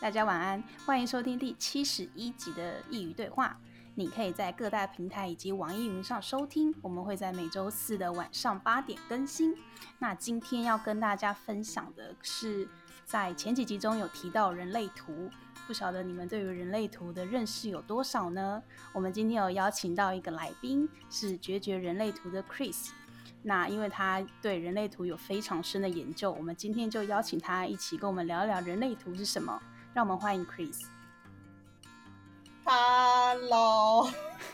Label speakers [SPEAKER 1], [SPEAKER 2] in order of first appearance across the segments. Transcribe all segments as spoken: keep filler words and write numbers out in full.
[SPEAKER 1] 大家晚安，欢迎收听第七十一集的一语对话。你可以在各大平台以及网易云上收听，我们会在每周四的晚上八点更新。那今天要跟大家分享的是，在前几集中有提到人类图，不晓得你们对于人类图的认识有多少呢？我们今天有邀请到一个来宾，是绝绝人类图的 Chris。那因为他对人类图有非常深的研究，我们今天就邀请他一起跟我们聊一聊人类图是什么。让我们欢迎 Chris。Hello，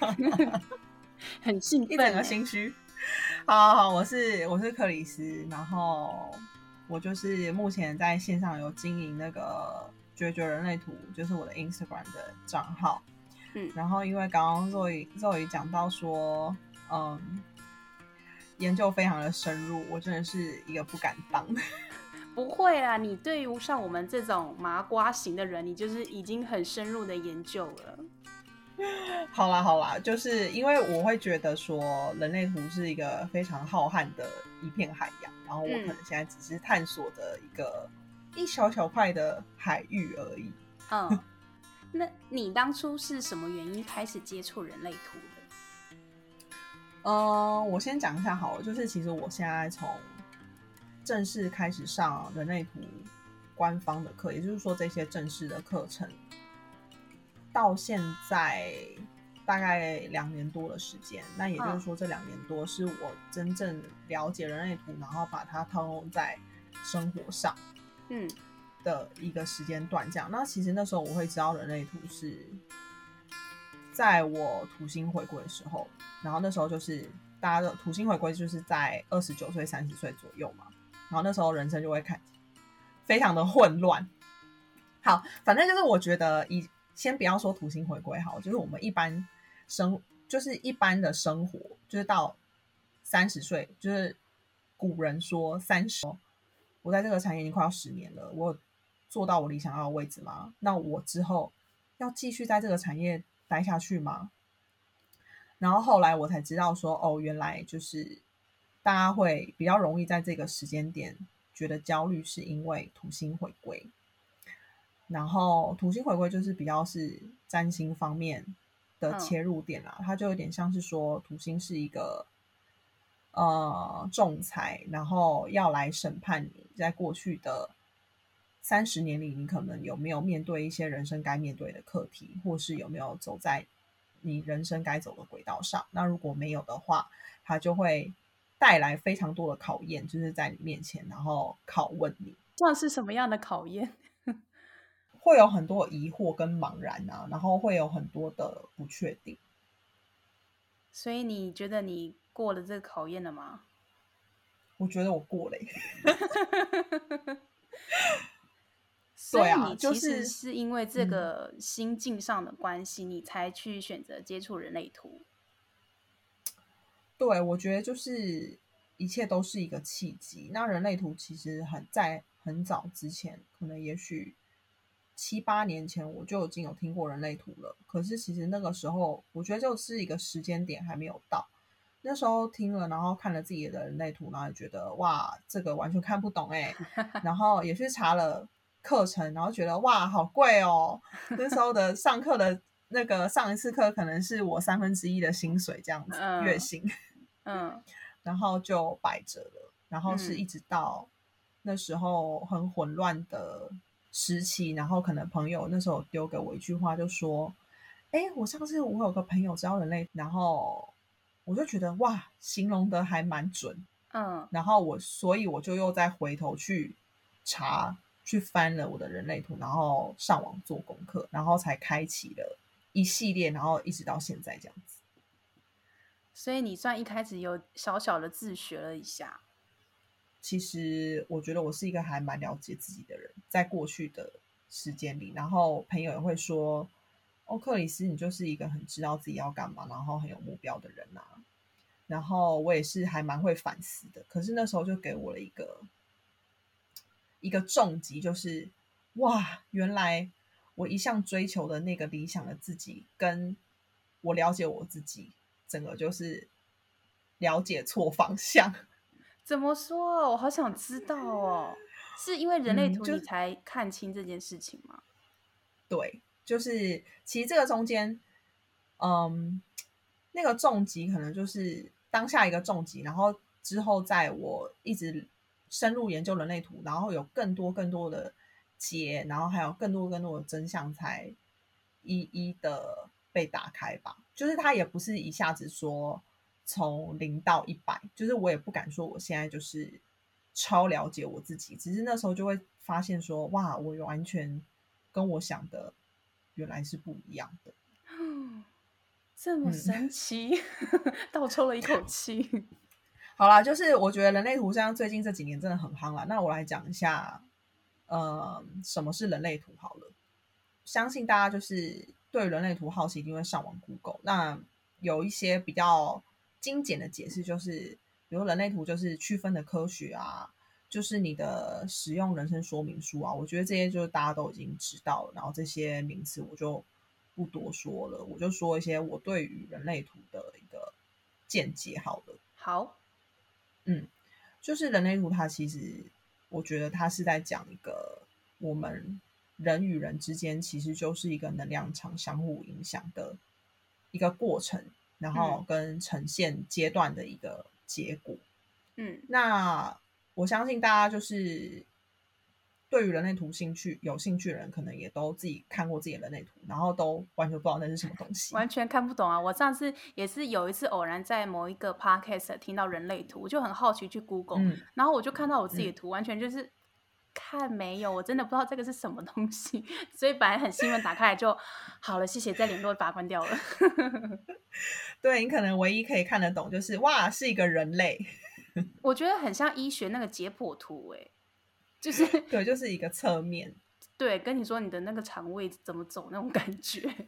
[SPEAKER 1] 很兴奋，
[SPEAKER 2] 一整个心虚。好好好，我是我是克里斯，然后我就是目前在线上有经营那个绝绝人类图，就是我的 Instagram 的账号。嗯，然后因为刚刚 Zoe Zoe 讲到说，嗯，研究非常的深入，我真的是一个不敢当。
[SPEAKER 1] 不会啦，你对于像我们这种麻瓜型的人，你就是已经很深入的研究了。
[SPEAKER 2] 好啦好啦，就是因为我会觉得说人类图是一个非常浩瀚的一片海洋，然后我可能现在只是探索的一个一小小块的海域而已。
[SPEAKER 1] 嗯，那你当初是什么原因开始接触人类图的？
[SPEAKER 2] 嗯，我先讲一下好了，就是其实我现在从正式开始上人类图官方的课，也就是说这些正式的课程到现在大概两年多的时间，那也就是说这两年多是我真正了解人类图，然后把它套用在生活上的一个时间段这样。那其实那时候我会知道人类图是在我土星回归的时候，然后那时候就是大家的土星回归就是在二十九岁三十岁左右嘛，然后那时候人生就会看非常的混乱。好，反正就是我觉得以先不要说土星回归好，就是我们一般生就是一般的生活，就是到三十岁，就是古人说三十，我在这个产业已经快要十年了，我有做到我理想要的位置吗？那我之后要继续在这个产业待下去吗？然后后来我才知道说，哦，原来就是大家会比较容易在这个时间点觉得焦虑，是因为土星回归。然后土星回归就是比较是占星方面的切入点啦，嗯、它就有点像是说土星是一个呃仲裁，然后要来审判你在过去的三十年里，你可能有没有面对一些人生该面对的课题，或是有没有走在你人生该走的轨道上。那如果没有的话，它就会带来非常多的考验，就是在你面前，然后拷问你。
[SPEAKER 1] 这是什么样的考验？
[SPEAKER 2] 会有很多疑惑跟茫然啊，然后会有很多的不确定。
[SPEAKER 1] 所以你觉得你过了这个考验了吗？
[SPEAKER 2] 我觉得我过了耶。
[SPEAKER 1] 所以你其实是因为这个心境上的关系，嗯、你才去选择接触人类图。
[SPEAKER 2] 对，我觉得就是一切都是一个契机。那人类图其实很在很早之前，可能也许七八年前我就已经有听过人类图了，可是其实那个时候我觉得就是一个时间点还没有到。那时候听了，然后看了自己的人类图，然后觉得哇，这个完全看不懂哎，然后也去查了课程，然后觉得哇，好贵哦。那时候的上课的那个上一次课可能是我三分之一的薪水这样子，嗯、月薪，嗯，然后就摆着了。然后是一直到那时候很混乱的时期，然后可能朋友那时候丢给我一句话，就说：“哎，我上次我有个朋友知道人类，然后我就觉得哇，形容的还蛮准，嗯，然后我所以我就又再回头去查，去翻了我的人类图，然后上网做功课，然后才开启了一系列，然后一直到现在这样子。
[SPEAKER 1] 所以你算一开始有小小的自学了一下。”
[SPEAKER 2] 其实我觉得我是一个还蛮了解自己的人，在过去的时间里，然后朋友也会说，哦，克里斯你就是一个很知道自己要干嘛，然后很有目标的人啊。然后我也是还蛮会反思的，可是那时候就给我了一个一个重击，就是哇，原来我一向追求的那个理想的自己，跟我了解我自己，整个就是了解错方向。
[SPEAKER 1] 怎么说？我好想知道哦。是因为人类图你才看清这件事情吗？
[SPEAKER 2] 对，就是其实这个中间，嗯，那个重击可能就是当下一个重击，然后之后在我一直深入研究人类图，然后有更多更多的结，然后还有更多更多的真相才一一的被打开吧。就是它也不是一下子说从零到一百，就是我也不敢说我现在就是超了解我自己，只是那时候就会发现说，哇，我完全跟我想的原来是不一样的。
[SPEAKER 1] 这么神奇，嗯、倒抽了一口气。
[SPEAKER 2] 好啦，就是我觉得人类图像最近这几年真的很夯啦。那我来讲一下，呃，什么是人类图好了。相信大家就是对人类图好奇，一定会上网 Google。那有一些比较精简的解释，就是比如人类图就是区分的科学啊，就是你的使用人生说明书啊。我觉得这些就是大家都已经知道了，然后这些名词我就不多说了，我就说一些我对于人类图的一个见解好了。
[SPEAKER 1] 好。
[SPEAKER 2] 嗯，就是人类图，它其实我觉得它是在讲一个我们人与人之间其实就是一个能量场相互影响的一个过程，然后跟呈现阶段的一个结果。
[SPEAKER 1] 嗯，
[SPEAKER 2] 那我相信大家就是对于人类图兴趣有兴趣的人，可能也都自己看过自己的人类图，然后都完全不知道那是什么东西，
[SPEAKER 1] 完全看不懂啊！我上次也是有一次偶然在某一个 podcast 听到人类图，我就很好奇去 Google，、嗯、然后我就看到我自己的图，嗯、完全就是看没有，我真的不知道这个是什么东西，所以本来很兴奋，打开来就好了，谢谢，再联络把它关掉了。
[SPEAKER 2] 对，你可能唯一可以看得懂就是哇，是一个人类。
[SPEAKER 1] 我觉得很像医学那个解剖图、欸，就是
[SPEAKER 2] 对，就是一个侧面。
[SPEAKER 1] 对，跟你说你的那个肠胃怎么走那种感觉。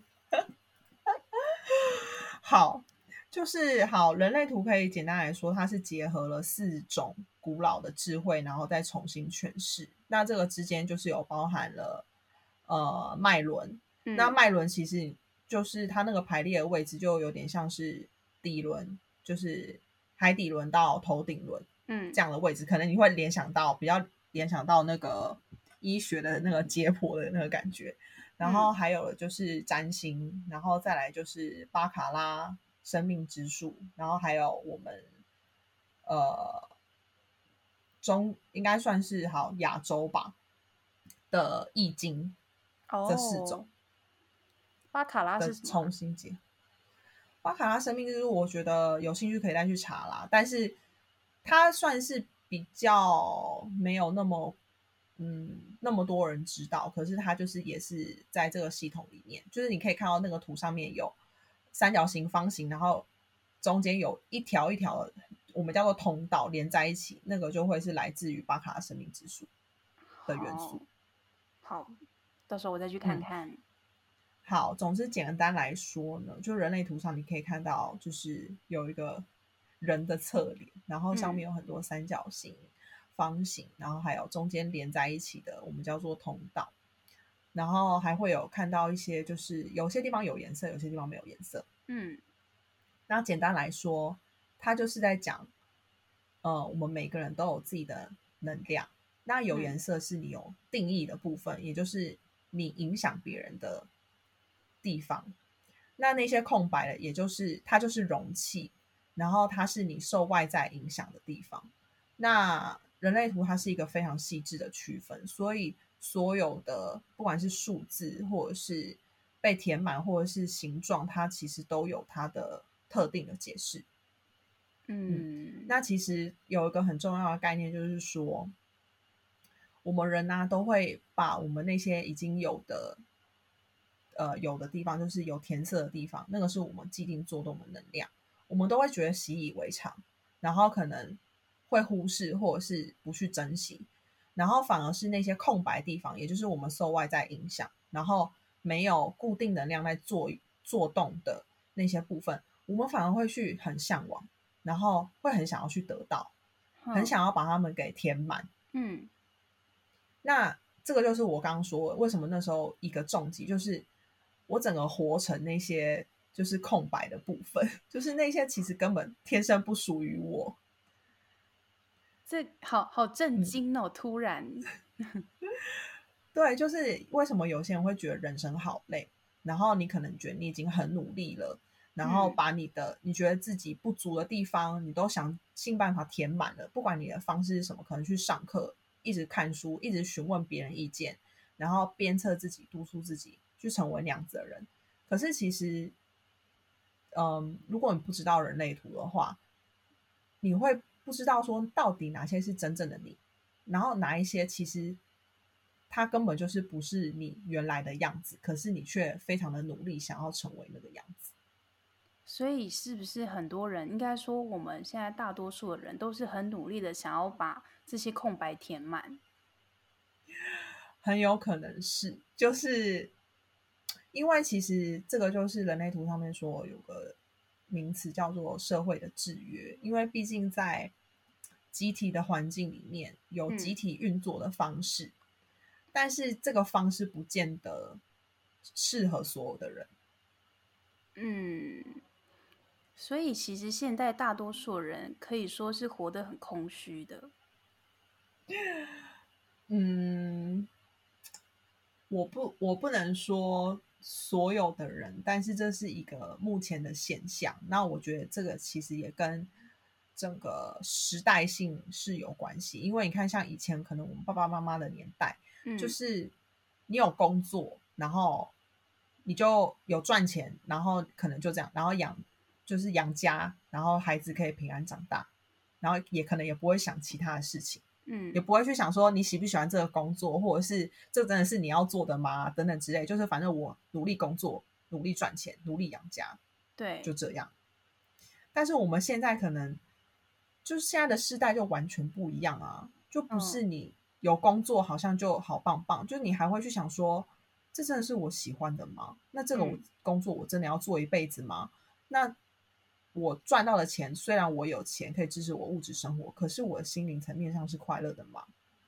[SPEAKER 2] 好，就是好，人类图可以简单来说，它是结合了四种古老的智慧，然后再重新诠释。那这个之间就是有包含了呃脉轮、嗯，那脉轮其实就是它那个排列的位置，就有点像是底轮，就是海底轮到头顶轮，嗯，这样的位置，可能你会联想到比较联想到那个医学的那个解剖的那个感觉。然后还有就是占星，然后再来就是巴卡拉生命之树，然后还有我们呃中应该算是好亚洲吧的易经，哦，这四种。
[SPEAKER 1] 巴卡拉是什么？
[SPEAKER 2] 重新解巴卡拉生命之树，我觉得有兴趣可以再去查啦，但是它算是比较没有那么。嗯，那么多人知道，可是它就是也是在这个系统里面，就是你可以看到那个图上面有三角形、方形，然后中间有一条一条的，我们叫做通道连在一起，那个就会是来自于巴卡拉生命之树的元素。
[SPEAKER 1] 好，好，到时候我再去看看。嗯、
[SPEAKER 2] 好，总之简单来说呢，就人类图上你可以看到，就是有一个人的侧脸，然后上面有很多三角形。嗯方形，然后还有中间连在一起的，我们叫做通道。然后还会有看到一些，就是有些地方有颜色，有些地方没有颜色。嗯，那简单来说，它就是在讲，呃，我们每个人都有自己的能量。那有颜色是你有定义的部分，嗯、也就是你影响别人的地方。那那些空白的，也就是它就是容器，然后它是你受外在影响的地方。那人类图它是一个非常细致的区分，所以所有的不管是数字或者是被填满或者是形状，它其实都有它的特定的解释。 嗯, 嗯，那其实有一个很重要的概念，就是说我们人啊都会把我们那些已经有的呃有的地方，就是有填色的地方，那个是我们既定作动的能量，我们都会觉得习以为常，然后可能会忽视或者是不去珍惜，然后反而是那些空白地方，也就是我们受外在影响，然后没有固定能量在做做动的那些部分，我们反而会去很向往，然后会很想要去得到，很想要把它们给填满。嗯，那这个就是我刚刚说为什么那时候一个重击，就是我整个活成那些就是空白的部分，就是那些其实根本天生不属于我。
[SPEAKER 1] 这好好震惊哦、嗯、突然
[SPEAKER 2] 对，就是为什么有些人会觉得人生好累，然后你可能觉得你已经很努力了，然后把你的、嗯、你觉得自己不足的地方你都想尽办法填满了，不管你的方式是什么，可能去上课，一直看书，一直询问别人意见，然后鞭策自己，督促自己去成为那样子的人。可是其实嗯，如果你不知道人类图的话，你会不知道说到底哪些是真正的你，然后哪一些其实它根本就是不是你原来的样子，可是你却非常的努力想要成为那个样子。
[SPEAKER 1] 所以是不是很多人，应该说我们现在大多数的人都是很努力的想要把这些空白填满？
[SPEAKER 2] 很有可能是，就是因为其实这个就是人类图上面说有个名词叫做社会的制约，因为毕竟在集体的环境里面有集体运作的方式、嗯、但是这个方式不见得适合所有的人。
[SPEAKER 1] 嗯，所以其实现在大多数人可以说是活得很空虚的。
[SPEAKER 2] 嗯，我不我不能说所有的人，但是这是一个目前的现象。那我觉得这个其实也跟整个时代性是有关系，因为你看像以前可能我们爸爸妈妈的年代、嗯、就是你有工作，然后你就有赚钱，然后可能就这样，然后养就是养家，然后孩子可以平安长大，然后也可能也不会想其他的事情，嗯，也不会去想说你喜不喜欢这个工作，或者是这真的是你要做的吗等等之类，就是反正我努力工作，努力赚钱，努力养家，
[SPEAKER 1] 对，
[SPEAKER 2] 就这样。但是我们现在可能就是现在的世代就完全不一样啊，就不是你有工作好像就好棒棒、嗯、就你还会去想说这真的是我喜欢的吗？那这个我工作我真的要做一辈子吗？那我赚到的钱虽然我有钱可以支持我物质生活，可是我的心灵层面上是快乐的吗？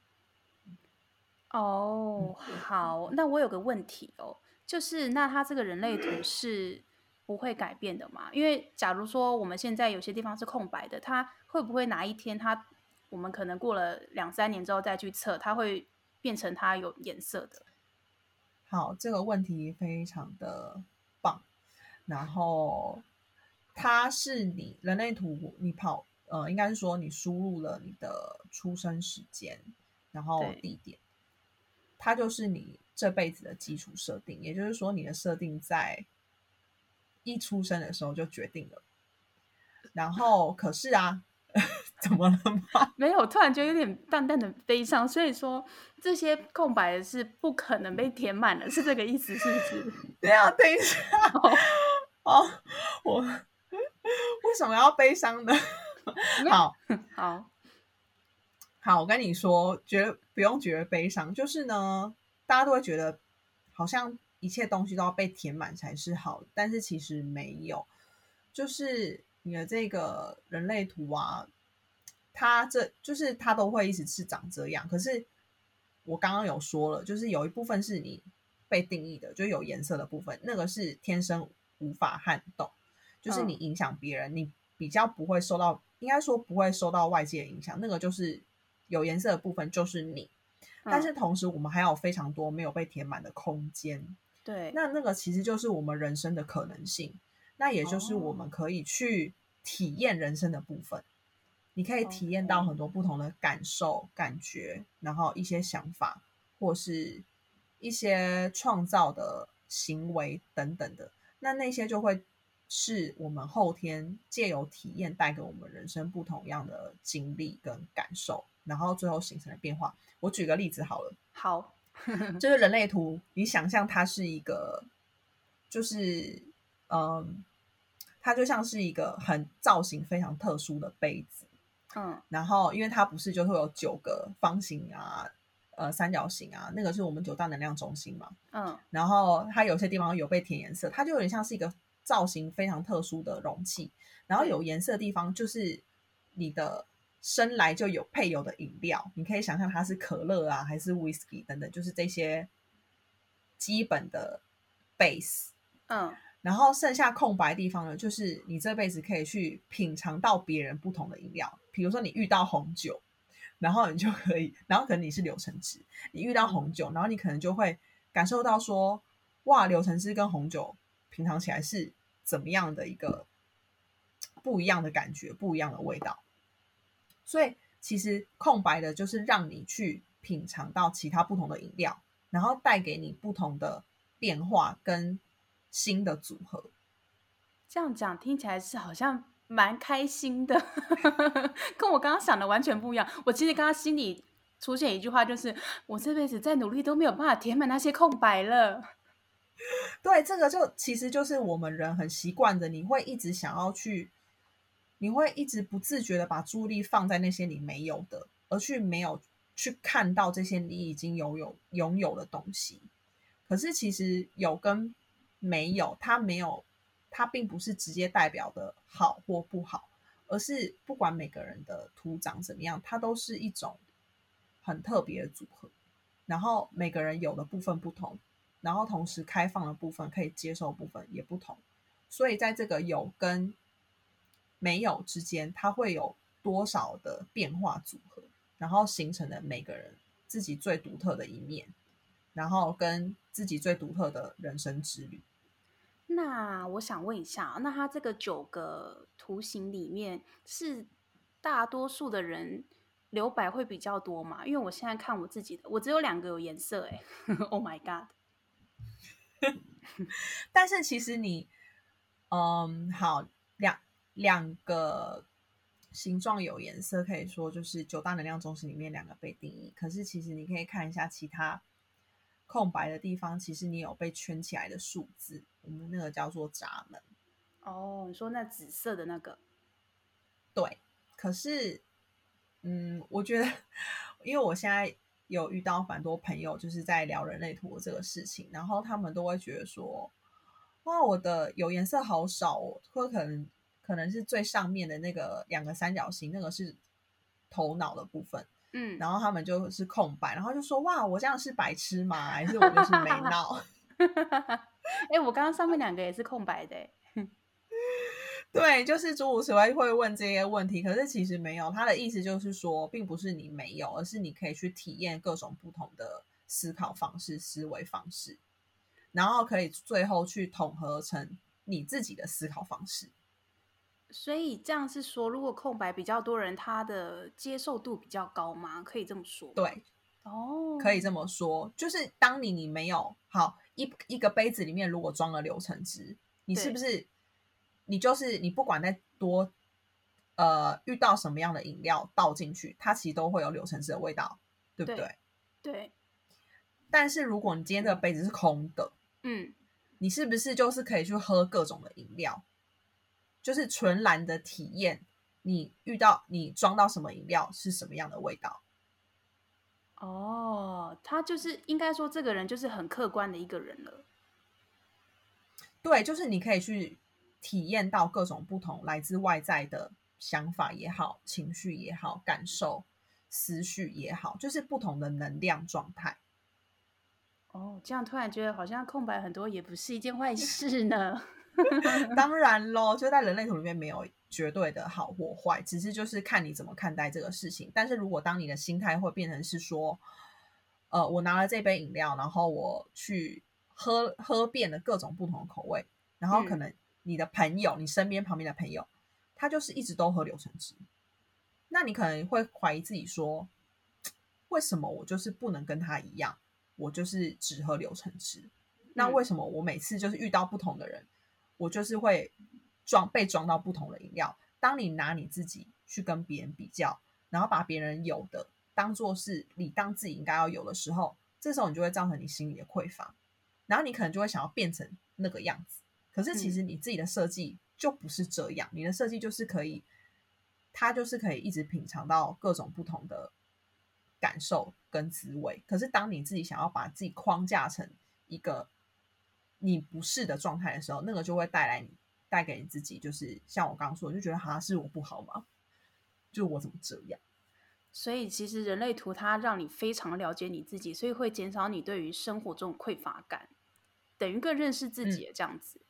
[SPEAKER 1] 哦，好，那我有个问题哦，就是那他这个人类图是不会改变的嘛？因为假如说我们现在有些地方是空白的，他会不会哪一天他我们可能过了两三年之后再去测，它会变成它有颜色的？
[SPEAKER 2] 好，这个问题非常的棒。然后它是你人类图你跑呃，应该是说你输入了你的出生时间，然后地点，它就是你这辈子的基础设定，也就是说你的设定在一出生的时候就决定了。然后可是啊怎么了吗？
[SPEAKER 1] 没有，突然觉得有点淡淡的悲伤，所以说这些空白的是不可能被填满的，是这个意思是不是？
[SPEAKER 2] 对啊，等一下哦，哦我为什么要悲伤呢？好
[SPEAKER 1] 好
[SPEAKER 2] 好，我跟你说，觉得不用觉得悲伤，就是呢，大家都会觉得好像一切东西都要被填满才是好的，但是其实没有。就是你的这个人类图啊，它这就是它都会一直是长这样。可是我刚刚有说了，就是有一部分是你被定义的，就有颜色的部分，那个是天生无法撼动，就是你影响别人，嗯、你比较不会受到，应该说不会受到外界的影响，那个就是有颜色的部分就是你。但是同时我们还有非常多没有被填满的空间，
[SPEAKER 1] 对，
[SPEAKER 2] 那那个其实就是我们人生的可能性，那也就是我们可以去体验人生的部分、哦、你可以体验到很多不同的感受、感觉，然后一些想法或是一些创造的行为等等的，那那些就会是我们后天借由体验带给我们人生不同样的经历跟感受，然后最后形成的变化。我举个例子好了，
[SPEAKER 1] 好
[SPEAKER 2] 就是人类图，你想象它是一个就是嗯，它就像是一个很造型非常特殊的杯子，嗯，然后因为它不是就会有九个方形啊呃三角形啊，那个是我们九大能量中心嘛，嗯，然后它有些地方有被填颜色，它就有点像是一个造型非常特殊的容器，然后有颜色的地方就是你的生来就有配有的饮料，你可以想象它是可乐啊还是 whisky 等等，就是这些基本的 base， 嗯，然后剩下空白的地方呢，就是你这辈子可以去品尝到别人不同的饮料，比如说你遇到红酒， 然后你就可以，然后可能你是柳橙汁，你遇到红酒，然后你可能就会感受到说，哇，柳橙汁跟红酒品尝起来是怎么样的一个不一样的感觉，不一样的味道。所以其实空白的就是让你去品尝到其他不同的饮料，然后带给你不同的变化跟新的组合。
[SPEAKER 1] 这样讲听起来是好像蛮开心的跟我刚刚想的完全不一样。我其实刚刚心里出现一句话，就是我这辈子再努力都没有办法填满那些空白了。
[SPEAKER 2] 对，这个就其实就是我们人很习惯的，你会一直想要去，你会一直不自觉的把注意力放在那些你没有的，而去没有去看到这些你已经拥有拥有的东西。可是其实有跟没有，它没有，它并不是直接代表的好或不好，而是不管每个人的图长怎么样，它都是一种很特别的组合。然后每个人有的部分不同，然后同时开放的部分可以接受的部分也不同，所以在这个有跟没有之间，它会有多少的变化组合，然后形成了每个人自己最独特的一面，然后跟自己最独特的人生之旅。
[SPEAKER 1] 那我想问一下，那它这个九个图形里面，是大多数的人留白会比较多嘛？因为我现在看我自己的，我只有两个有颜色哎，Oh my god！
[SPEAKER 2] 但是其实你，嗯，好，两两个形状有颜色，可以说就是九大能量中心里面两个被定义。可是其实你可以看一下其他空白的地方，其实你有被圈起来的数字，我们那个叫做闸门。
[SPEAKER 1] 哦，你说那紫色的那个，
[SPEAKER 2] 对，可是，嗯，我觉得，因为我现在有遇到蛮多朋友，就是在聊人类图这个事情，然后他们都会觉得说，哇，我的有颜色好少哦，或可能可能是最上面的那个两个三角形，那个是头脑的部分，
[SPEAKER 1] 嗯，
[SPEAKER 2] 然后他们就是空白，然后就说，哇，我这样是白痴吗？还是我就是没脑？
[SPEAKER 1] 哎，我刚刚上面两个也是空白的哎。
[SPEAKER 2] 对，就是诸如此类会问这些问题，可是其实没有，他的意思就是说，并不是你没有，而是你可以去体验各种不同的思考方式、思维方式，然后可以最后去统合成你自己的思考方式。
[SPEAKER 1] 所以这样是说，如果空白比较多人，他的接受度比较高吗？可以这么说吗？
[SPEAKER 2] 对，
[SPEAKER 1] 哦，
[SPEAKER 2] 可以这么说，就是当你你没有好一一个杯子里面如果装了柳橙汁，你是不是你就是你不管再多呃遇到什么样的饮料倒进去，它其实都会有柳橙汁的味道，对不对？
[SPEAKER 1] 对，对，
[SPEAKER 2] 但是如果你今天这个杯子是空的，
[SPEAKER 1] 嗯，
[SPEAKER 2] 你是不是就是可以去喝各种的饮料，就是纯然的体验你遇到你装到什么饮料是什么样的味道。
[SPEAKER 1] 哦，他就是应该说，这个人就是很客观的一个人了。
[SPEAKER 2] 对，就是你可以去体验到各种不同来自外在的想法也好，情绪也好，感受、思绪也好，就是不同的能量状态。
[SPEAKER 1] 哦，这样突然觉得好像空白很多也不是一件坏事呢。
[SPEAKER 2] 当然咯，就在人类图里面没有绝对的好或坏，只是就是看你怎么看待这个事情。但是如果当你的心态会变成是说，呃，我拿了这杯饮料，然后我去喝喝遍了各种不同的口味，然后可能你的朋友，你身边旁边的朋友，他就是一直都喝柳橙汁，那你可能会怀疑自己说，为什么我就是不能跟他一样，我就是只喝柳橙汁？那为什么我每次就是遇到不同的人，我就是会装被装到不同的饮料？当你拿你自己去跟别人比较，然后把别人有的当做是你当自己应该要有的时候，这时候你就会造成你心里的匮乏，然后你可能就会想要变成那个样子。可是其实你自己的设计就不是这样，你的设计就是可以，它就是可以一直品尝到各种不同的感受跟滋味。可是当你自己想要把自己框架成一个你不是的状态的时候，那个就会带来你带给你自己，就是像我刚刚说，就觉得哈是我不好吗？就我怎么这样？
[SPEAKER 1] 所以其实人类图它让你非常了解你自己，所以会减少你对于生活中匮乏感，等于更认识自己的这样子。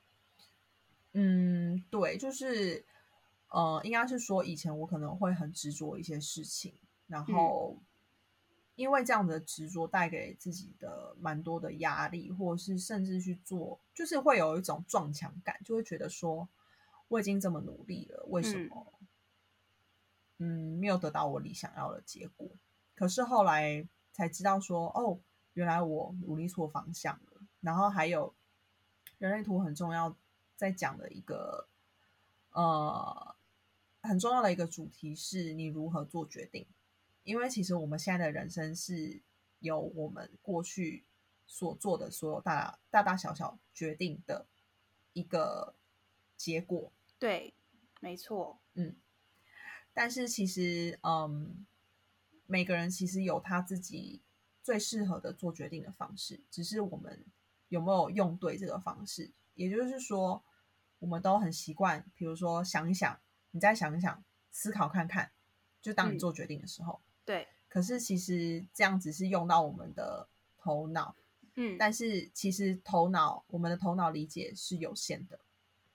[SPEAKER 2] 嗯，对，就是呃，应该是说以前我可能会很执着一些事情， 然后因为这样的执着带给自己的蛮多的压力，或者是甚至去做，就是会有一种撞墙感，就会觉得说我已经这么努力了，为什么 嗯, 嗯没有得到我理想要的结果？可是后来才知道说，哦，原来我努力错方向了。然后还有人类图很重要在讲的一个呃很重要的一个主题是你如何做决定。因为其实我们现在的人生是由我们过去所做的所有大大大小小决定的一个结果。
[SPEAKER 1] 对，没错。
[SPEAKER 2] 嗯，但是其实嗯，每个人其实有他自己最适合的做决定的方式，只是我们有没有用对这个方式。也就是说我们都很习惯，比如说想一想，你再想一想，思考看看，就当你做决定的时候、
[SPEAKER 1] 嗯、对。
[SPEAKER 2] 可是其实这样只是用到我们的头脑，
[SPEAKER 1] 嗯，
[SPEAKER 2] 但是其实头脑我们的头脑理解是有限的。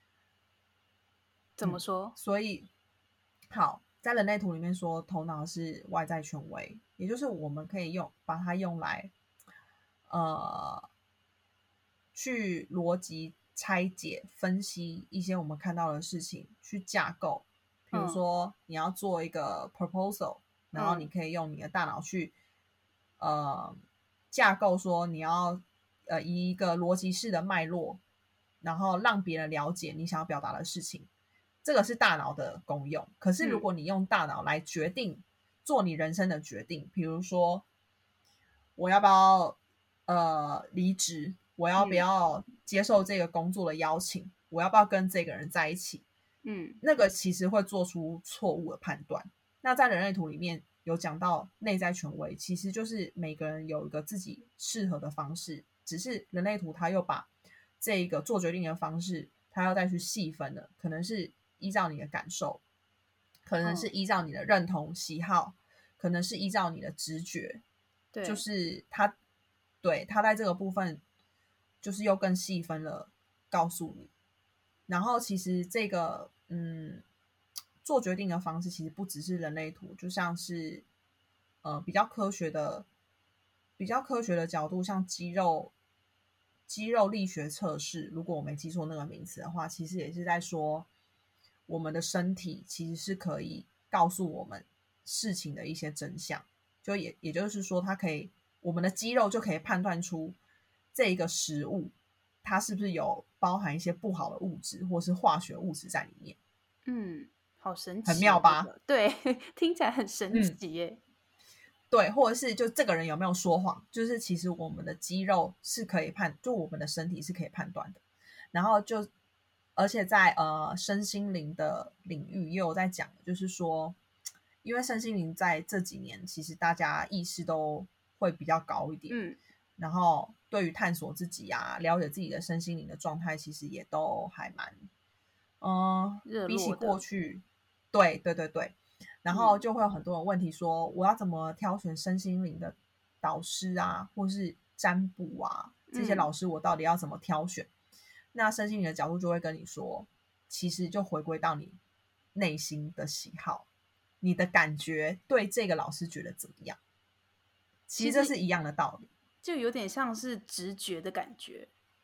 [SPEAKER 1] 怎么说、嗯、
[SPEAKER 2] 所以好，在人类图里面说头脑是外在权威，也就是我们可以用把它用来呃去逻辑拆解分析一些我们看到的事情，去架构。比如说你要做一个 proposal、嗯、然后你可以用你的大脑去呃架构说你要呃以一个逻辑式的脉络，然后让别人了解你想要表达的事情，这个是大脑的功用。可是如果你用大脑来决定、嗯、做你人生的决定，比如说我要不要呃离职，我要不要接受这个工作的邀请、嗯、我要不要跟这个人在一起，
[SPEAKER 1] 嗯，
[SPEAKER 2] 那个其实会做出错误的判断。那在人类图里面有讲到内在权威，其实就是每个人有一个自己适合的方式，只是人类图他又把这个做决定的方式他要再去细分了，可能是依照你的感受，可能是依照你的认同喜好、哦、可能是依照你的直觉。
[SPEAKER 1] 对，
[SPEAKER 2] 就是他对他在这个部分就是又更细分了告诉你。然后其实这个嗯做决定的方式其实不只是人类图，就像是呃比较科学的比较科学的角度，像肌肉肌肉力学测试，如果我没记错那个名词的话，其实也是在说我们的身体其实是可以告诉我们事情的一些真相。就也也就是说它可以，我们的肌肉就可以判断出这个食物它是不是有包含一些不好的物质或是化学物质在里面。
[SPEAKER 1] 嗯，好神奇，
[SPEAKER 2] 很妙吧、
[SPEAKER 1] 这个、对，听起来很神奇耶、嗯、
[SPEAKER 2] 对，或者是就这个人有没有说谎，就是其实我们的肌肉是可以判，就我们的身体是可以判断的。然后就而且在呃身心灵的领域也有在讲，就是说因为身心灵在这几年其实大家意识都会比较高一点，
[SPEAKER 1] 嗯，
[SPEAKER 2] 然后对于探索自己啊，了解自己的身心灵的状态其实也都还蛮嗯、呃，比起过去，对对对对，然后就会有很多人问题说、嗯、我要怎么挑选身心灵的导师啊，或是占卜啊，这些老师我到底要怎么挑选、嗯、那身心灵的角度就会跟你说，其实就回归到你内心的喜好，你的感觉对这个老师觉得怎么样，其实这是一样的道理，
[SPEAKER 1] 就有点像是直觉的感觉。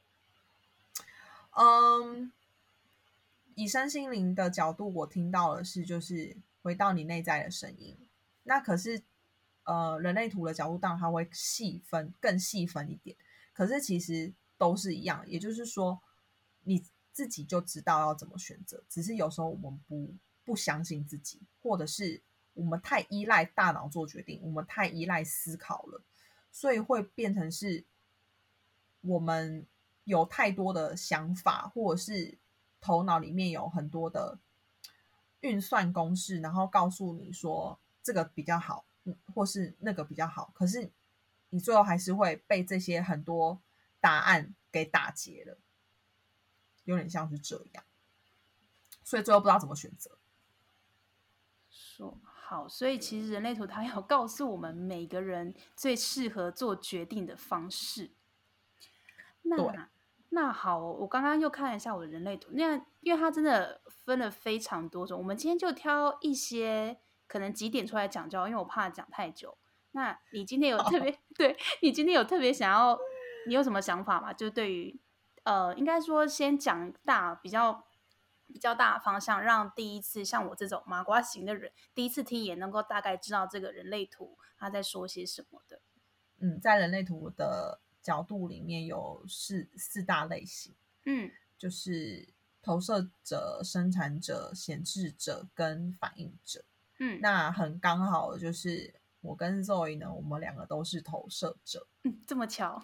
[SPEAKER 2] 嗯，以身心灵的角度我听到的是就是回到你内在的声音。那可是呃，人类图的角度当然它会细分更细分一点，可是其实都是一样，也就是说你自己就知道要怎么选择，只是有时候我们不不相信自己，或者是我们太依赖大脑做决定，我们太依赖思考了，所以会变成是我们有太多的想法，或者是头脑里面有很多的运算公式，然后告诉你说这个比较好，或是那个比较好，可是你最后还是会被这些很多答案给打结了，有点像是这样，所以最后不知道怎么选择。
[SPEAKER 1] 说好，所以其实人类图它要告诉我们每个人最适合做决定的方式。那那好，我刚刚又看了一下我的人类图，那因为它真的分了非常多种，我们今天就挑一些可能几点出来讲就好，因为我怕讲太久。那你今天有特别对你今天有特别想要，你有什么想法吗？就对于呃，应该说先讲大比较比较大的方向，让第一次像我这种麻瓜型的人，第一次听也能够大概知道这个人类图他在说些什么的。
[SPEAKER 2] 嗯，在人类图的角度里面有四四大类型，
[SPEAKER 1] 嗯，
[SPEAKER 2] 就是投射者、生产者、显示者跟反应者。
[SPEAKER 1] 嗯，
[SPEAKER 2] 那很刚好就是我跟 Zoe 呢，我们两个都是投射者。
[SPEAKER 1] 嗯，这么巧。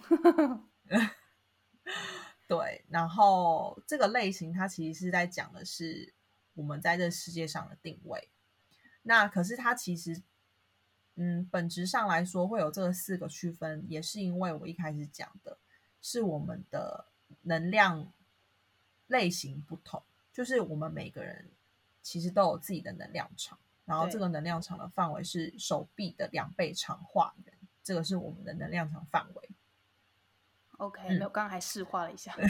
[SPEAKER 2] 对，然后这个类型它其实是在讲的是我们在这世界上的定位。那可是它其实嗯，本质上来说会有这四个区分，也是因为我一开始讲的是我们的能量类型不同，就是我们每个人其实都有自己的能量场，然后这个能量场的范围是手臂的两倍长画人，这个是我们的能量场范围。
[SPEAKER 1] OK，、
[SPEAKER 2] 嗯、
[SPEAKER 1] 没有，刚刚还试画了一下，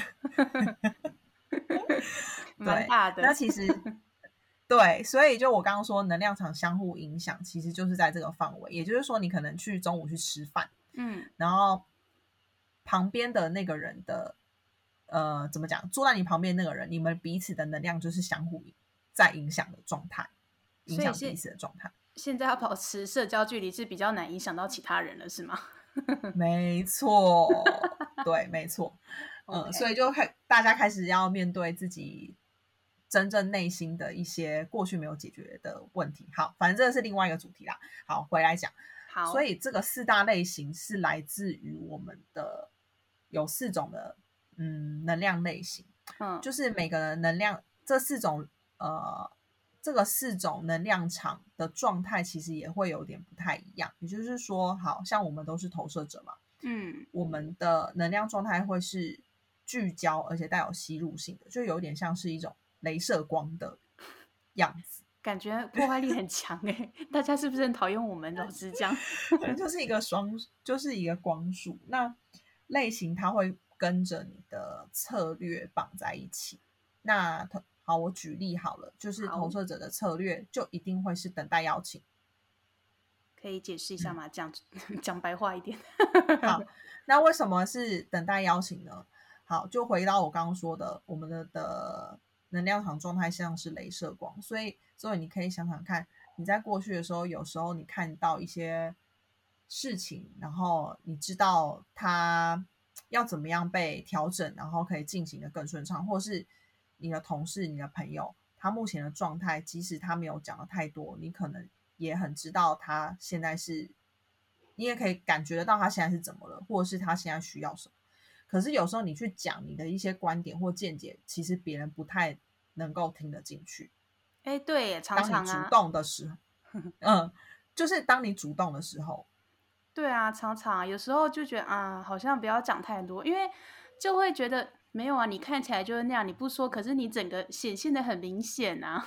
[SPEAKER 2] 对，
[SPEAKER 1] 蛮大的。
[SPEAKER 2] 那其实对，所以就我刚刚说能量场相互影响，其实就是在这个范围。也就是说，你可能去中午去吃饭，
[SPEAKER 1] 嗯，
[SPEAKER 2] 然后旁边的那个人的呃，怎么讲？坐在你旁边那个人，你们彼此的能量就是相互在影响的状态，影响彼此的状态。
[SPEAKER 1] 现在要保持社交距离是比较难影响到其他人了，是吗？
[SPEAKER 2] 没错，对，没错。嗯，
[SPEAKER 1] okay.
[SPEAKER 2] 所以就开大家开始要面对自己真正内心的一些过去没有解决的问题。好，反正这个是另外一个主题啦。好，回来讲。
[SPEAKER 1] 好，
[SPEAKER 2] 所以这个四大类型是来自于我们的有四种的嗯能量类型，
[SPEAKER 1] 嗯，
[SPEAKER 2] 就是每个能量这四种呃这个四种能量场的状态其实也会有点不太一样。也就是说，好像我们都是投射者嘛，
[SPEAKER 1] 嗯，
[SPEAKER 2] 我们的能量状态会是聚焦而且带有吸入性的，就有点像是一种雷射光的样子，
[SPEAKER 1] 感觉破坏力很强哎、欸，大家是不是很讨厌我们？老实讲，
[SPEAKER 2] 就是一个双，就是一个光束。那类型它会跟着你的策略绑在一起。那好，我举例好了，就是投射者的策略就一定会是等待邀请。
[SPEAKER 1] 可以解释一下吗？讲讲白话一点。
[SPEAKER 2] 好，那为什么是等待邀请呢？好，就回到我刚刚说的，我们的的能量场状态像是雷射光，所以所以你可以想想看，你在过去的时候，有时候你看到一些事情，然后你知道它要怎么样被调整，然后可以进行的更顺畅，或是你的同事、你的朋友，他目前的状态，即使他没有讲的太多，你可能也很知道他现在是，你也可以感觉得到他现在是怎么了，或者是他现在需要什么。可是有时候你去讲你的一些观点或见解，其实别人不太能够听得进去。
[SPEAKER 1] 哎，对耶，常常啊，
[SPEAKER 2] 当你主动的时候，嗯，就是当你主动的时候，
[SPEAKER 1] 对啊，常常有时候就觉得啊，好像不要讲太多，因为就会觉得没有啊，你看起来就是那样，你不说，可是你整个显现的很明显啊。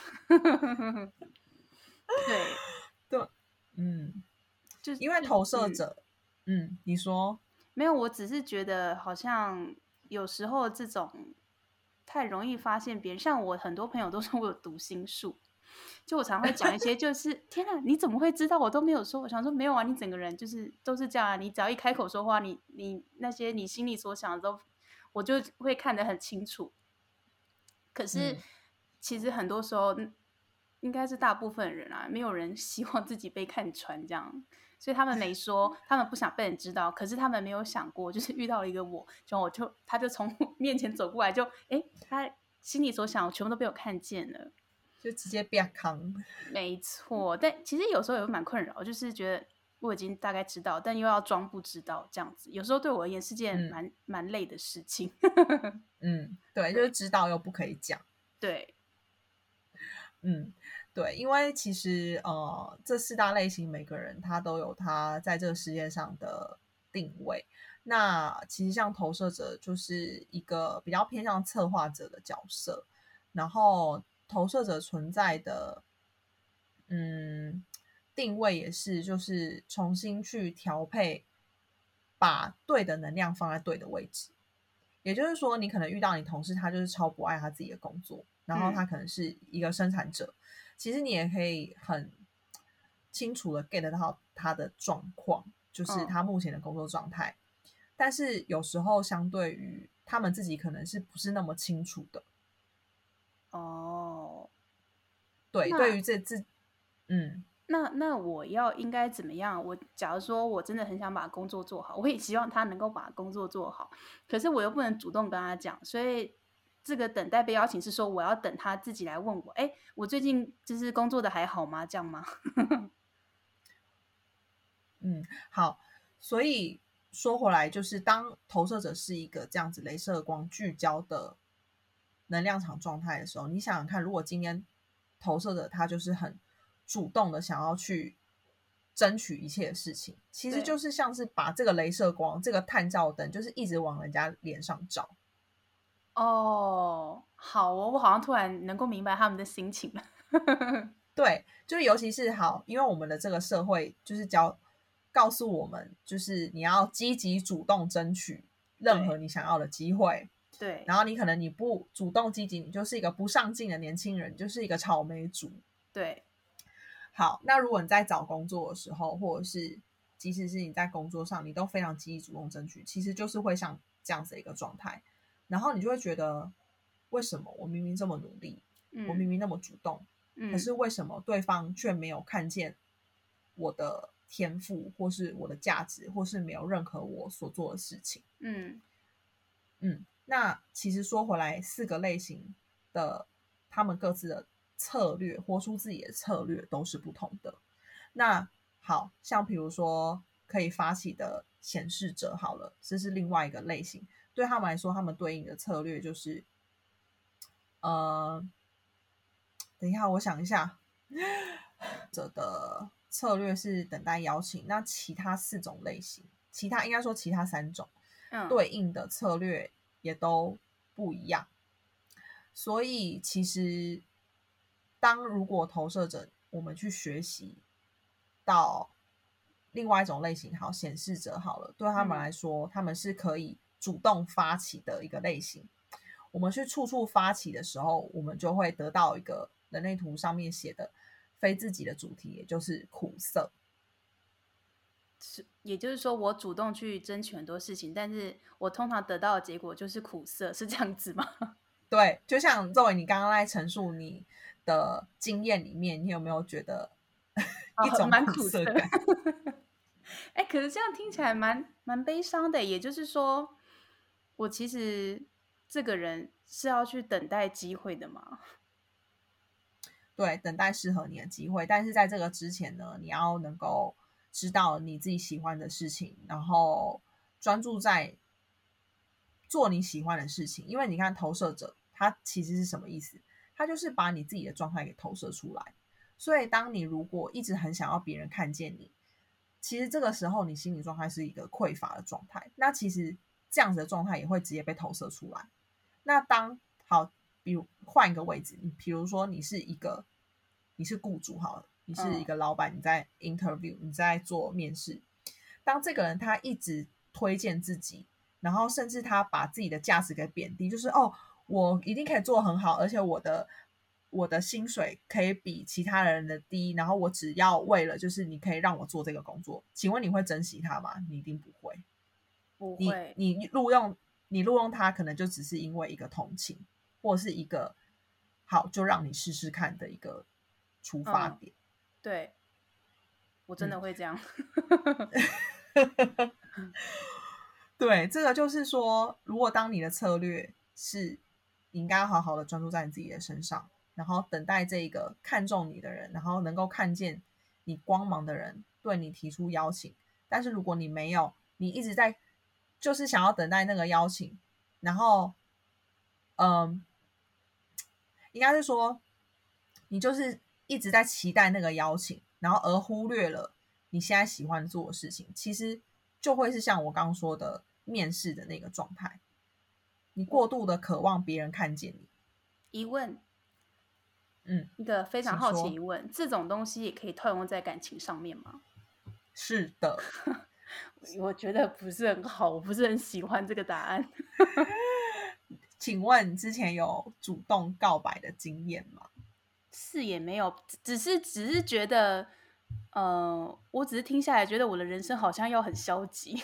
[SPEAKER 1] 对，
[SPEAKER 2] 对，嗯，
[SPEAKER 1] 就是
[SPEAKER 2] 因为投射者，嗯，嗯你说。
[SPEAKER 1] 没有，我只是觉得好像有时候这种太容易发现别人，像我很多朋友都说我有读心术，就我常会讲一些，就是天哪，你怎么会知道？我都没有说。我想说没有啊，你整个人就是都是这样啊，你只要一开口说话，你你那些你心里所想的都，我就会看得很清楚。可是、嗯、其实很多时候，应该是大部分人啊，没有人希望自己被看穿这样。所以他们没说，他们不想被人知道，可是他们没有想过，就是遇到了一个我，就我就他就从面前走过来就，就哎，他心里所想，全部都被我看见了，
[SPEAKER 2] 就直接变康。
[SPEAKER 1] 没错，但其实有时候也蛮困扰，就是觉得我已经大概知道，但又要装不知道，这样子，有时候对我而言是件蛮、嗯、蛮累的事情。
[SPEAKER 2] 嗯，对，就是知道又不可以讲。
[SPEAKER 1] 对，
[SPEAKER 2] 嗯。对，因为其实呃，这四大类型每个人他都有他在这个世界上的定位。那其实像投射者就是一个比较偏向策划者的角色，然后投射者存在的嗯定位也是就是重新去调配，把对的能量放在对的位置。也就是说，你可能遇到你同事，他就是超不爱他自己的工作，然后他可能是一个生产者。嗯，其实你也可以很清楚的 get 到他的状况，就是他目前的工作状态、嗯、但是有时候相对于他们自己可能是不是那么清楚的。
[SPEAKER 1] 哦，
[SPEAKER 2] 对，对于这这嗯
[SPEAKER 1] 那那我要应该怎么样？我假如说我真的很想把工作做好，我也希望他能够把工作做好，可是我又不能主动跟他讲，所以这个等待被邀请是说我要等他自己来问我，哎，我最近就是工作的还好吗？这样吗？
[SPEAKER 2] 嗯，好，所以说回来，就是当投射者是一个这样子雷射光聚焦的能量场状态的时候，你想想看，如果今天投射者他就是很主动的想要去争取一切的事情，其实就是像是把这个雷射光这个探照灯就是一直往人家脸上照。
[SPEAKER 1] 哦，好哦，我好像突然能够明白他们的心情了。
[SPEAKER 2] 对，就是尤其是好，因为我们的这个社会就是教告诉我们，就是你要积极主动争取任何你想要的机会。
[SPEAKER 1] 对，
[SPEAKER 2] 然后你可能你不主动积极，你就是一个不上进的年轻人，就是一个草莓族。
[SPEAKER 1] 对，
[SPEAKER 2] 好，那如果你在找工作的时候，或者是即使是你在工作上，你都非常积极主动争取，其实就是会像这样子的一个状态。然后你就会觉得，为什么我明明这么努力、嗯、我明明那么主动、嗯、可是为什么对方却没有看见我的天赋，或是我的价值，或是没有认可我所做的事情？嗯嗯，那其实说回来，四个类型的他们各自的策略，活出自己的策略都是不同的。那好像比如说可以发起的显示者好了，这是另外一个类型。对他们来说，他们对应的策略就是呃等一下我想一下，者的策略是等待邀请。那其他四种类型，其他应该说其他三种、嗯、对应的策略也都不一样。所以其实当如果投射者我们去学习到另外一种类型，好，显示者好了，对他们来说、嗯、他们是可以主动发起的一个类型。我们去处处发起的时候，我们就会得到一个人类图上面写的非自己的主题，也就是苦涩。
[SPEAKER 1] 是，也就是说我主动去争取很多事情，但是我通常得到的结果就是苦涩，是这样子吗？
[SPEAKER 2] 对，就像作为你刚刚在陈述你的经验里面，你有没有觉得一种苦涩感？
[SPEAKER 1] 哎、欸，可是这样听起来蛮蛮悲伤的。也就是说，我其实这个人是要去等待机会的吗？
[SPEAKER 2] 对，等待适合你的机会。但是在这个之前呢，你要能够知道你自己喜欢的事情，然后专注在做你喜欢的事情。因为你看投射者他其实是什么意思？他就是把你自己的状态给投射出来。所以当你如果一直很想要别人看见你，其实这个时候你心理状态是一个匮乏的状态，那其实这样子的状态也会直接被投射出来。那当好比如换一个位置，你比如说你是一个你是雇主好了，你是一个老板，你在 interview 你在做面试，当这个人他一直推荐自己，然后甚至他把自己的价值给贬低，就是哦我一定可以做很好，而且我的我的薪水可以比其他人的低，然后我只要为了就是你可以让我做这个工作，请问你会珍惜他吗？你一定不会。
[SPEAKER 1] 不会。
[SPEAKER 2] 你你录用你录用他可能就只是因为一个同情，或是一个好就让你试试看的一个出发点、嗯、
[SPEAKER 1] 对，我真的会这样、
[SPEAKER 2] 嗯、对，这个就是说如果当你的策略是你应该好好的专注在你自己的身上，然后等待这个看中你的人，然后能够看见你光芒的人对你提出邀请。但是如果你没有，你一直在就是想要等待那个邀请，然后嗯，应该是说你就是一直在期待那个邀请，然后而忽略了你现在喜欢做的事情，其实就会是像我刚刚说的面试的那个状态，你过度的渴望别人看见你。
[SPEAKER 1] 疑问，
[SPEAKER 2] 嗯，
[SPEAKER 1] 一个非常好奇疑问，这种东西也可以套用在感情上面吗？
[SPEAKER 2] 是的。
[SPEAKER 1] 我觉得不是很好，我不是很喜欢这个答案。
[SPEAKER 2] 请问你之前有主动告白的经验吗？
[SPEAKER 1] 是也没有，只是只是觉得呃，我只是听下来觉得我的人生好像要很消极。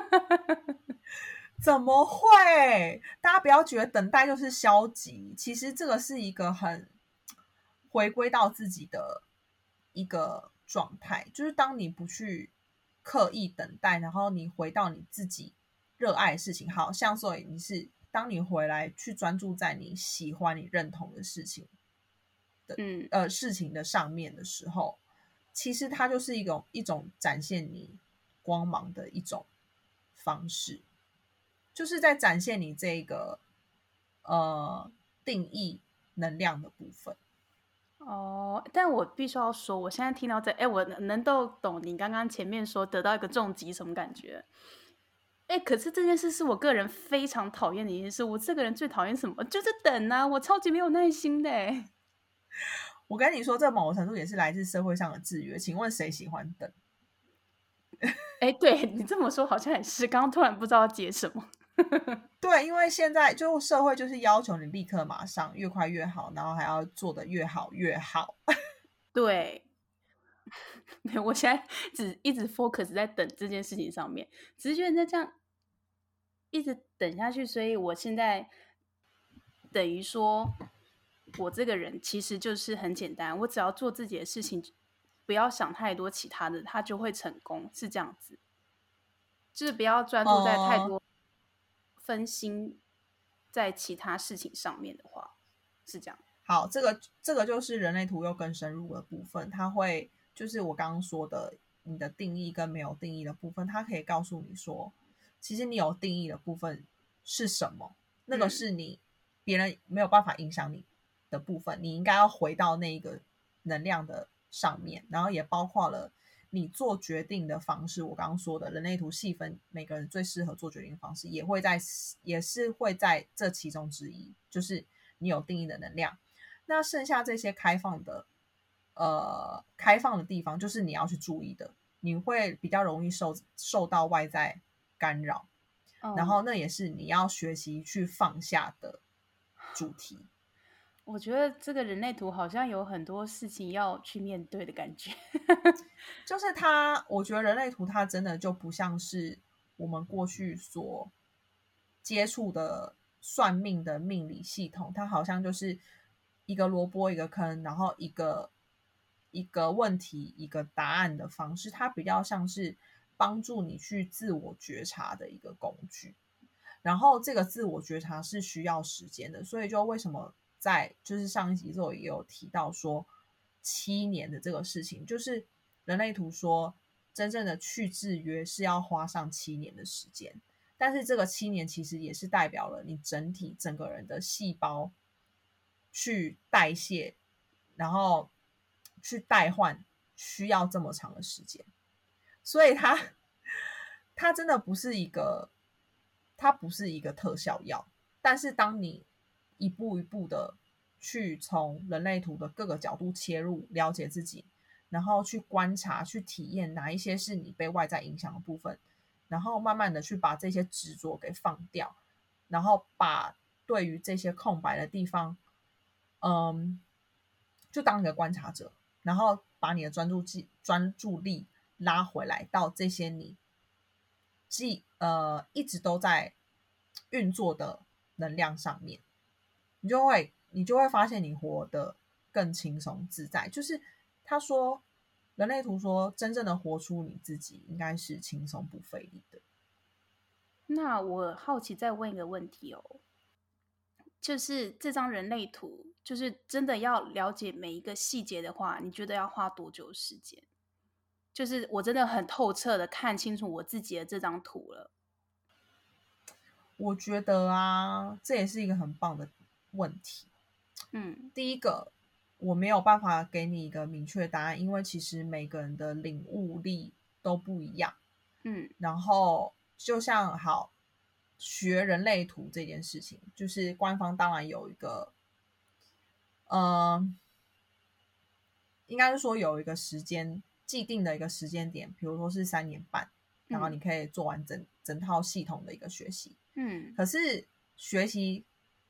[SPEAKER 2] 怎么会？大家不要觉得等待就是消极，其实这个是一个很回归到自己的一个状态，就是当你不去刻意等待，然后你回到你自己热爱的事情，好像所以你是当你回来去专注在你喜欢、你认同的事情的
[SPEAKER 1] 嗯
[SPEAKER 2] 呃事情的上面的时候，其实它就是一种一种展现你光芒的一种方式。就是在展现你这个呃定义能量的部分。
[SPEAKER 1] 哦，但我必须要说，我现在听到这，哎，我能够懂你刚刚前面说得到一个重击什么感觉。哎，可是这件事是我个人非常讨厌的一件事。我这个人最讨厌什么？就是等啊，我超级没有耐心的。哎，
[SPEAKER 2] 我跟你说，这某种程度也是来自社会上的制约。请问谁喜欢等？
[SPEAKER 1] 哎，对你这么说好像也是。刚刚突然不知道要接什么。
[SPEAKER 2] 对，因为现在就社会就是要求你立刻马上，越快越好，然后还要做得越好越好。
[SPEAKER 1] 对，我现在只一直 focus 在等这件事情上面，只是觉得那这样一直等下去，所以我现在等于说，我这个人其实就是很简单，我只要做自己的事情，不要想太多其他的，他就会成功，是这样子。就是不要专注在太
[SPEAKER 2] 呃，
[SPEAKER 1] 多分心在其他事情上面的话，是这样。
[SPEAKER 2] 好，这个这个就是人类图又更深入的部分，它会就是我刚刚说的，你的定义跟没有定义的部分，它可以告诉你说，其实你有定义的部分是什么，那个是你别人没有办法影响你的部分，你应该要回到那个能量的上面，然后也包括了你做决定的方式。我刚刚说的人类图细分，每个人最适合做决定的方式，也会在也是会在这其中之一，就是你有定义的能量。那剩下这些开放的呃开放的地方，就是你要去注意的，你会比较容易受受到外在干扰，然
[SPEAKER 1] 嗯，
[SPEAKER 2] 后那也是你要学习去放下的主题。
[SPEAKER 1] 我觉得这个人类图好像有很多事情要去面对的感觉。
[SPEAKER 2] 就是它，我觉得人类图它真的就不像是我们过去所接触的算命的命理系统，它好像就是一个萝卜一个坑，然后一个一个问题一个答案的方式，它比较像是帮助你去自我觉察的一个工具。然后这个自我觉察是需要时间的，所以就为什么在就是上一集之后也有提到说七年的这个事情，就是人类图说真正的去制约是要花上七年的时间，但是这个七年其实也是代表了你整体整个人的细胞去代谢，然后去代换需要这么长的时间，所以它它真的不是一个，它不是一个特效药，但是当你一步一步的去从人类图的各个角度切入，了解自己，然后去观察、去体验哪一些是你被外在影响的部分，然后慢慢的去把这些执着给放掉，然后把对于这些空白的地方，嗯，就当一个观察者，然后把你的专注力专注力拉回来到这些你既呃一直都在运作的能量上面，你就会你就会发现你活得更轻松自在。就是他说，人类图说，真正的活出你自己，应该是轻松不费力的。
[SPEAKER 1] 那我好奇再问一个问题哦，就是这张人类图，就是真的要了解每一个细节的话，你觉得要花多久时间？就是我真的很透彻的看清楚我自己的这张图了。
[SPEAKER 2] 我觉得啊，这也是一个很棒的问题。
[SPEAKER 1] 嗯
[SPEAKER 2] 第一个，我没有办法给你一个明确答案，因为其实每个人的领悟力都不一样。
[SPEAKER 1] 嗯
[SPEAKER 2] 然后就像好学人类图这件事情，就是官方当然有一个，呃，应该是说有一个时间既定的一个时间点，比如说是三年半，然后
[SPEAKER 1] 嗯
[SPEAKER 2] 你可以做完整整套系统的一个学习。
[SPEAKER 1] 嗯
[SPEAKER 2] 可是学习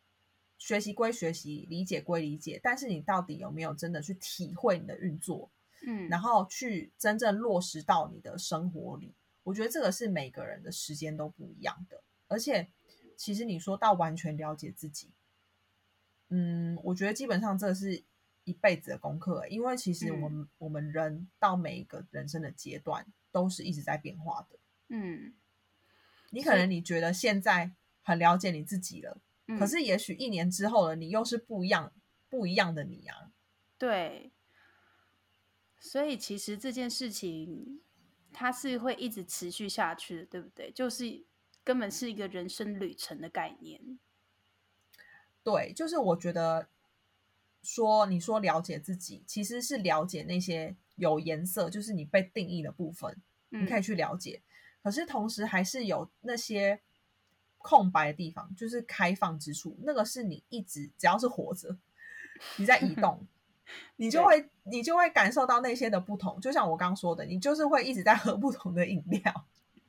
[SPEAKER 2] 学习归学习，理解归理解，但是你到底有没有真的去体会你的运作？
[SPEAKER 1] 嗯，
[SPEAKER 2] 然后去真正落实到你的生活里。我觉得这个是每个人的时间都不一样的，而且其实你说到完全了解自己，嗯，我觉得基本上这是一辈子的功课，因为其实我们、嗯、我们人到每一个人生的阶段都是一直在变化的。
[SPEAKER 1] 嗯，
[SPEAKER 2] 你可能你觉得现在很了解你自己了，可是也许一年之后了，你又是不一样不一样的你啊。
[SPEAKER 1] 对，所以其实这件事情它是会一直持续下去的，对不对？就是根本是一个人生旅程的概念。
[SPEAKER 2] 对，就是我觉得说你说了解自己，其实是了解那些有颜色，就是你被定义的部分，你可以去了解。嗯、可是同时还是有那些空白的地方，就是开放之处，那个是你一直只要是活着，你在移动，你就会你就会感受到那些的不同。就像我刚说的，你就是会一直在喝不同的饮料。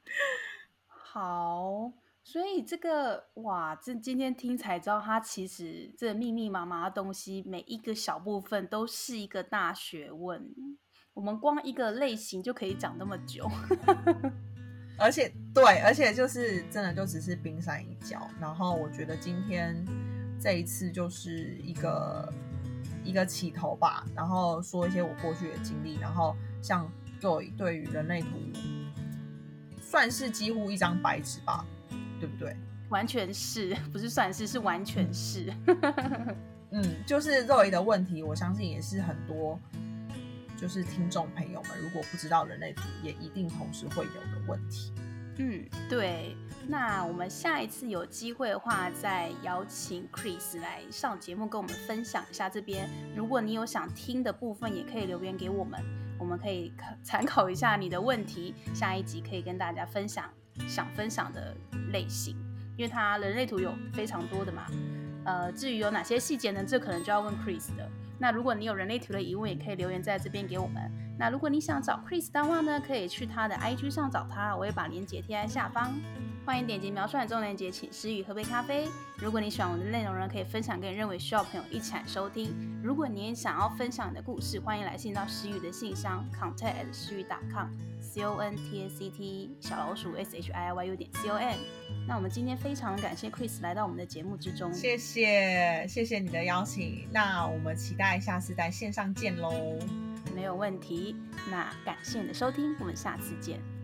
[SPEAKER 1] 好。所以这个哇，这今天听才知道，它其实这密密麻麻的东西，每一个小部分都是一个大学问。我们光一个类型就可以讲那么久，
[SPEAKER 2] 而且对，而且就是真的就只是冰山一角。然后我觉得今天这一次就是一个一个起头吧，然后说一些我过去的经历，然后像对对于人类图算是几乎一张白纸吧。对不对？
[SPEAKER 1] 完全是，不是算是，是完全是。
[SPEAKER 2] 嗯，就是肉姨的问题，我相信也是很多就是听众朋友们，如果不知道人类图，也一定同时会有的问题。
[SPEAKER 1] 嗯，对。那我们下一次有机会的话，再邀请 Chris 来上节目，跟我们分享一下这边。如果你有想听的部分，也可以留言给我们，我们可以参考一下你的问题，下一集可以跟大家分享想分享的类型，因为它人类图有非常多的嘛。呃，至于有哪些细节呢？这可能就要问 Chris 的。那如果你有人类图的疑问，也可以留言在这边给我们。那如果你想找 Chris 的话呢，可以去他的 I G 上找他，我会把链接贴在下方。欢迎点击描述栏中链接，请诗雨喝杯咖啡。如果你喜欢我的内容呢，可以分享给你认为需要的朋友一起来收听。如果你也想要分享你的故事，欢迎来信到诗雨的信箱 contact at 诗雨 dot com c o n t a c t 小老鼠 s h i i y u 点 c o m。那我们今天非常感谢 Chris 来到我们的节目之中，
[SPEAKER 2] 谢谢谢谢你的邀请。那我们期待下次在线上见喽。
[SPEAKER 1] 没有问题。那感谢你的收听，我们下次见。